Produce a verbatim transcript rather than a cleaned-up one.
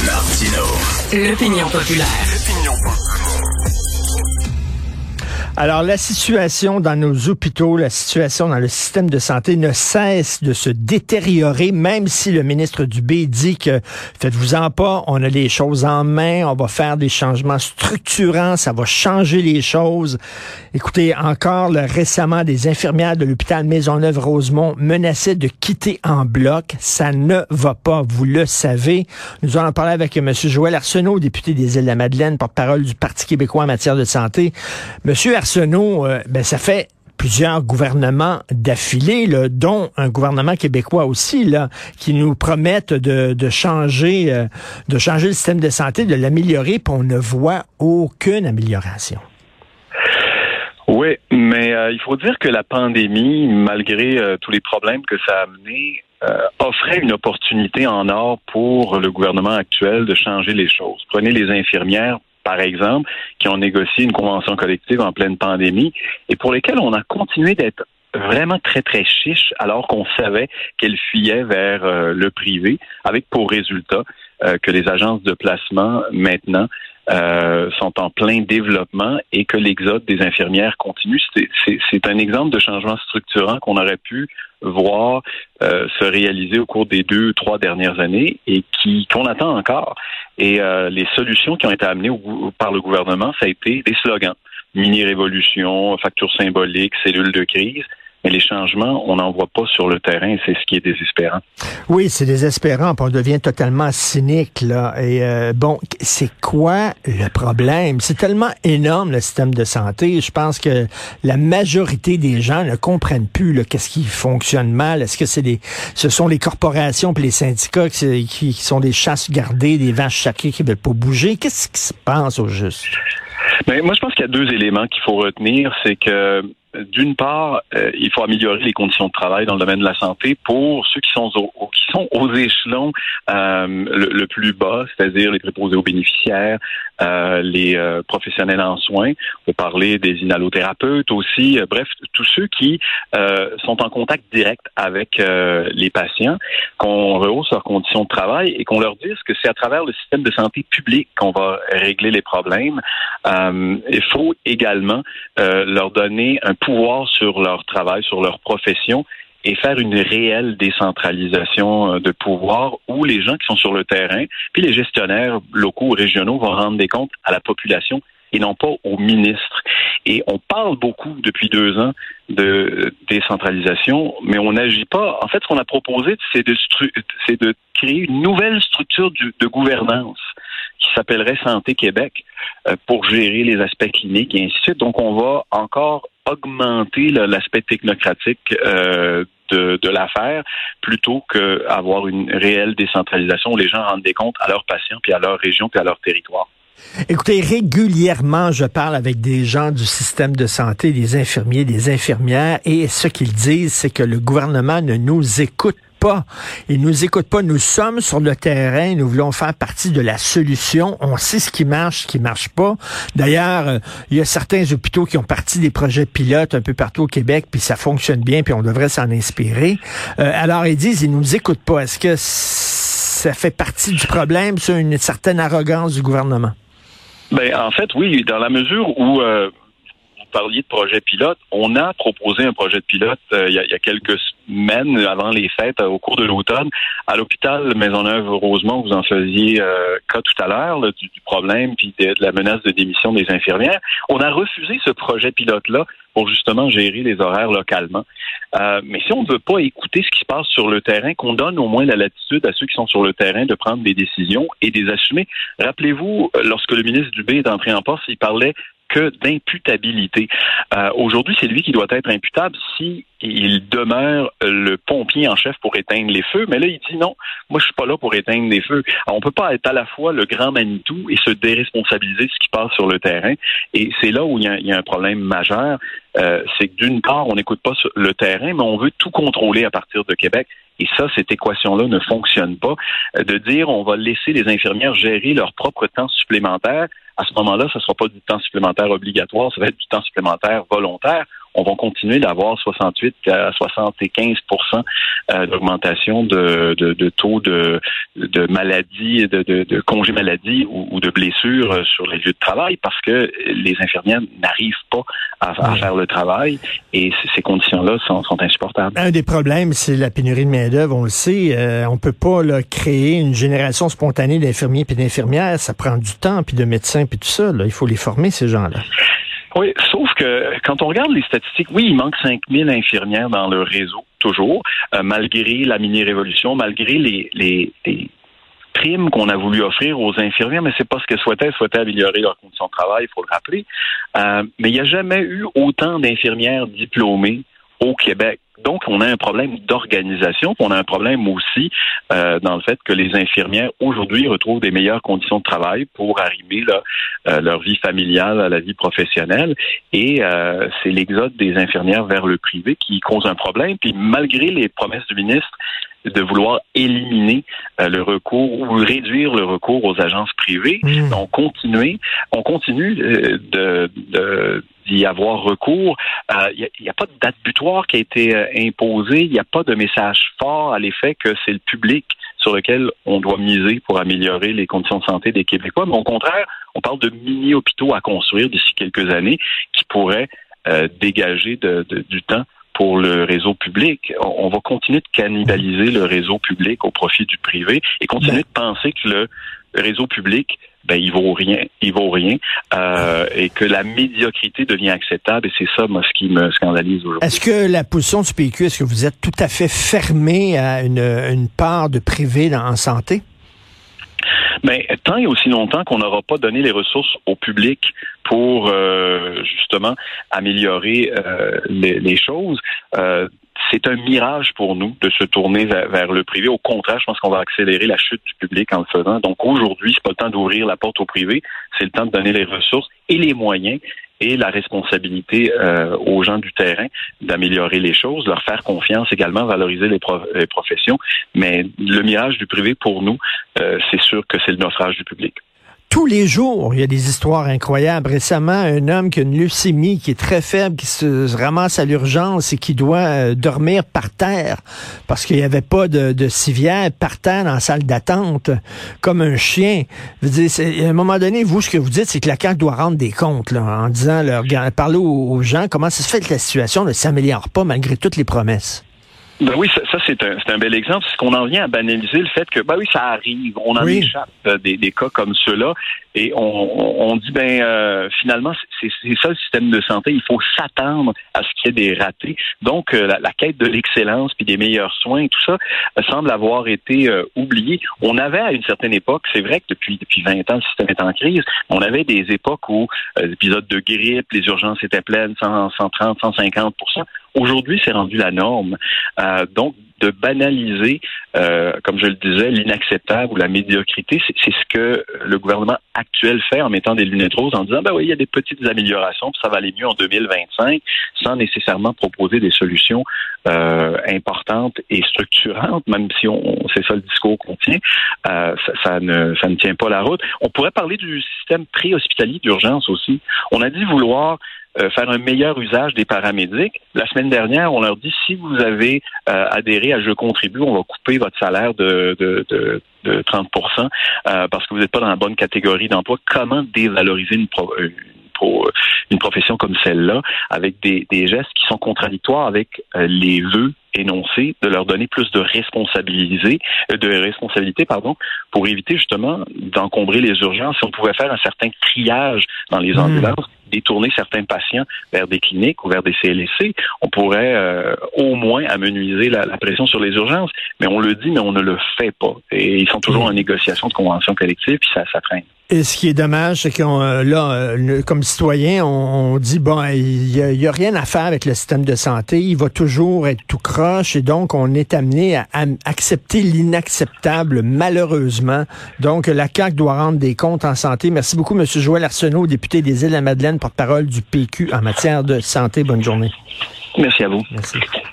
Martino. L'opinion populaire. L'opinion populaire. Alors, la situation dans nos hôpitaux, la situation dans le système de santé ne cesse de se détériorer, même si le ministre Dubé dit que faites-vous-en pas, on a les choses en main, on va faire des changements structurants, ça va changer les choses. Écoutez, encore là, récemment, des infirmières de l'hôpital Maisonneuve-Rosemont menaçaient de quitter en bloc. Ça ne va pas, vous le savez. Nous allons en parler avec M. Joël Arsenault, député des Îles-de-la-Madeleine, porte-parole du Parti québécois en matière de santé. Monsieur Arsenault, euh, ben, ça fait plusieurs gouvernements d'affilée, là, dont un gouvernement québécois aussi, là, qui nous promettent de, de changer, euh, de changer le système de santé, de l'améliorer, puis on ne voit aucune amélioration. Oui, mais euh, il faut dire que la pandémie, malgré euh, tous les problèmes que ça a amené, euh, offrait une opportunité en or pour le gouvernement actuel de changer les choses. Prenez les infirmières, par exemple, qui ont négocié une convention collective en pleine pandémie et pour lesquelles on a continué d'être vraiment très, très chiche alors qu'on savait qu'elles fuyaient vers euh, le privé, avec pour résultat euh, que les agences de placement, maintenant, euh, sont en plein développement et que l'exode des infirmières continue. C'est, c'est, c'est un exemple de changement structurant qu'on aurait pu voir euh, se réaliser au cours des deux, trois dernières années et qui qu'on attend encore. Et euh, les solutions qui ont été amenées au, par le gouvernement, ça a été des slogans. Mini-révolution, facture symbolique, cellule de crise. Mais les changements, on n'en voit pas sur le terrain et c'est ce qui est désespérant. Oui, c'est désespérant. Puis on devient totalement cynique, là. Et euh, bon, c'est quoi le problème? C'est tellement énorme, le système de santé. Je pense que la majorité des gens ne comprennent plus là, qu'est-ce qui fonctionne mal. Est-ce que c'est des, ce sont les corporations et les syndicats qui, qui, qui sont des chasses gardées, des vaches sacrées qui ne veulent pas bouger? Qu'est-ce qui se passe au juste? Mais moi, je pense qu'il y a deux éléments qu'il faut retenir. C'est que d'une part, euh, il faut améliorer les conditions de travail dans le domaine de la santé pour ceux qui sont aux, qui sont aux échelons euh, le, le plus bas, c'est-à-dire les préposés aux bénéficiaires, euh, les euh, professionnels en soins. On peut parler des inhalothérapeutes aussi. Euh, bref, tous ceux qui euh, sont en contact direct avec euh, les patients, qu'on rehausse leurs conditions de travail et qu'on leur dise que c'est à travers le système de santé public qu'on va régler les problèmes. Euh, il faut également euh, leur donner un pouvoir sur leur travail, sur leur profession et faire une réelle décentralisation de pouvoir où les gens qui sont sur le terrain, puis les gestionnaires locaux ou régionaux vont rendre des comptes à la population et non pas aux ministres. Et on parle beaucoup depuis deux ans de décentralisation, mais on n'agit pas. En fait, ce qu'on a proposé, c'est de, stru- c'est de créer une nouvelle structure du, de gouvernance qui s'appellerait Santé Québec euh, pour gérer les aspects cliniques et ainsi de suite. Donc, on va encore augmenter là, l'aspect technocratique euh, de, de l'affaire plutôt qu'avoir une réelle décentralisation où les gens rendent des comptes à leurs patients, puis à leur région, puis à leur territoire. Écoutez, régulièrement, je parle avec des gens du système de santé, des infirmiers, des infirmières, et ce qu'ils disent, c'est que le gouvernement ne nous écoute pas. Ils nous écoutent pas. Nous sommes sur le terrain. Nous voulons faire partie de la solution. On sait ce qui marche, ce qui marche pas. D'ailleurs, euh, il y a certains hôpitaux qui ont parti des projets pilotes un peu partout au Québec, puis ça fonctionne bien, puis on devrait s'en inspirer. Euh, alors, ils disent, ils nous écoutent pas. Est-ce que ça fait partie du problème, ça, une certaine arrogance du gouvernement? Ben, en fait, oui, dans la mesure où euh, vous parliez de projet pilote, on a proposé un projet de pilote euh, il, y a, il y a quelques semaines avant les fêtes, euh, au cours de l'automne, à l'hôpital Maisonneuve-Rosemont. Vous en faisiez euh, cas tout à l'heure là, du, du problème puis de, de la menace de démission des infirmières. On a refusé ce projet pilote-là pour justement gérer les horaires localement. Euh, mais si on ne veut pas écouter ce qui se passe sur le terrain, qu'on donne au moins la latitude à ceux qui sont sur le terrain de prendre des décisions et des assumer. Rappelez-vous, lorsque le ministre Dubé est entré en poste, il parlait que d'imputabilité. Euh, aujourd'hui, c'est lui qui doit être imputable si il demeure le pompier en chef pour éteindre les feux. Mais là, il dit non, moi, je suis pas là pour éteindre les feux. Alors, on peut pas être à la fois le grand Manitou et se déresponsabiliser de ce qui passe sur le terrain. Et c'est là où il y a, il y a un problème majeur. Euh, c'est que d'une part, on n'écoute pas le terrain, mais on veut tout contrôler à partir de Québec. Et ça, cette équation-là ne fonctionne pas. Euh, de dire on va laisser les infirmières gérer leur propre temps supplémentaire, à ce moment-là, ce ne sera pas du temps supplémentaire obligatoire, ça va être du temps supplémentaire volontaire. on va continuer d'avoir soixante-huit à soixante-quinze pour cent d'augmentation de, de, de taux de, de maladies, de, de, de congés maladie ou, ou de blessures sur les lieux de travail parce que les infirmières n'arrivent pas à, à faire le travail et ces conditions-là sont, sont insupportables. Un des problèmes, c'est la pénurie de main-d'œuvre, on le sait. Euh, on peut pas là, créer une génération spontanée d'infirmiers et d'infirmières. Ça prend du temps, puis de médecins, puis tout ça. Là. Il faut les former, ces gens-là. Oui, sauf que quand on regarde les statistiques, oui, il manque cinq mille infirmières dans le réseau, toujours, euh, malgré la mini-révolution, malgré les, les, les primes qu'on a voulu offrir aux infirmières, mais c'est pas ce qu'elles souhaitaient. Elles souhaitaient améliorer leurs conditions de travail, il faut le rappeler. Euh, mais il n'y a jamais eu autant d'infirmières diplômées au Québec. Donc, on a un problème d'organisation, puis on a un problème aussi euh, dans le fait que les infirmières, aujourd'hui, retrouvent des meilleures conditions de travail pour arrimer là, euh, leur vie familiale à la vie professionnelle. Et euh, c'est l'exode des infirmières vers le privé qui cause un problème. Puis, malgré les promesses du ministre de vouloir éliminer euh, le recours ou réduire le recours aux agences privées, mmh. on continue, on continue euh, de, de d'y avoir recours. Il euh, n'y a, a pas de date butoir qui a été euh, imposée. Il n'y a pas de message fort à l'effet que c'est le public sur lequel on doit miser pour améliorer les conditions de santé des Québécois. Mais au contraire, on parle de mini-hôpitaux à construire d'ici quelques années qui pourraient euh, dégager de, de, du temps pour le réseau public. On va continuer de cannibaliser le réseau public au profit du privé et continuer de penser que le réseau public, ben il vaut rien, il vaut rien, euh, et que la médiocrité devient acceptable. Et c'est ça, moi, ce qui me scandalise aujourd'hui. Est-ce que la position du P Q, est-ce que vous êtes tout à fait fermé à une, une part de privé dans, en santé? Ben, tant et aussi longtemps qu'on n'aura pas donné les ressources au public pour euh, justement améliorer euh, les, les choses, euh, c'est un mirage pour nous de se tourner vers, vers le privé. Au contraire, je pense qu'on va accélérer la chute du public en le faisant. Donc aujourd'hui, c'est pas le temps d'ouvrir la porte au privé, c'est le temps de donner les ressources et les moyens et la responsabilité euh, aux gens du terrain d'améliorer les choses, leur faire confiance également, valoriser les, pro- les professions. Mais le mirage du privé, pour nous, euh, c'est sûr que c'est le naufrage du public. Tous les jours, il y a des histoires incroyables. Récemment, un homme qui a une leucémie, qui est très faible, qui se ramasse à l'urgence et qui doit euh, dormir par terre parce qu'il n'y avait pas de, de civière, par terre dans la salle d'attente, comme un chien. Je veux dire, c'est, à un moment donné, vous, ce que vous dites, c'est que la C A Q doit rendre des comptes, là, en disant, là, parler aux, aux gens, comment ça se fait que la situation ne s'améliore pas malgré toutes les promesses. Ben oui, ça, ça c'est un c'est un bel exemple, c'est qu'on en vient à banaliser le fait que ben oui, ça arrive, on en oui. échappe euh, des, des cas comme ceux-là, et on, on, on dit ben euh, finalement c'est, c'est ça le système de santé, il faut s'attendre à ce qu'il y ait des ratés. Donc euh, la, la quête de l'excellence puis des meilleurs soins, tout ça euh, semble avoir été euh, oublié. On avait à une certaine époque, c'est vrai que depuis depuis vingt ans le système est en crise, on avait des époques où euh, l'épisode de grippe, les urgences étaient pleines, cent, cent trente, cent cinquante pour cent. Aujourd'hui, c'est rendu la norme. Euh, donc, de banaliser, euh, comme je le disais, l'inacceptable ou la médiocrité, c'est, c'est ce que le gouvernement actuel fait en mettant des lunettes roses, en disant, ben oui, il y a des petites améliorations, puis ça va aller mieux en deux mille vingt-cinq, sans nécessairement proposer des solutions euh, importantes et structurantes, même si on, c'est ça le discours qu'on tient, euh, ça, ça, ne, ça ne tient pas la route. On pourrait parler du système pré-hospitalier d'urgence aussi. On a dit vouloir Euh, faire un meilleur usage des paramédics. La semaine dernière, on leur dit, si vous avez euh, adhéré à Je contribue, on va couper votre salaire de, de, de, de trente pour cent euh, parce que vous n'êtes pas dans la bonne catégorie d'emploi. Comment dévaloriser une, pro, une, pro, une profession comme celle-là avec des, des gestes qui sont contradictoires avec euh, les vœux énoncés, de leur donner plus de responsabilité, de responsabilité, pardon, pour éviter justement d'encombrer les urgences. Si on pouvait faire un certain triage dans les ambulances, mmh. détourner certains patients vers des cliniques ou vers des C L S C, on pourrait euh, au moins amenuiser la, la pression sur les urgences. Mais on le dit, mais on ne le fait pas. Et ils sont toujours mmh. en négociation de convention collective, puis ça, ça traîne. Et ce qui est dommage, c'est qu'on là, comme citoyen, on, on dit bon, il y, a, il y a rien à faire avec le système de santé, il va toujours être tout croche, et donc on est amené à, à accepter l'inacceptable, malheureusement. Donc la C A Q doit rendre des comptes en santé. Merci beaucoup, M. Joël Arsenault, député des Îles-de-la-Madeleine, porte-parole du P Q en matière de santé. Bonne journée. Merci à vous. Merci.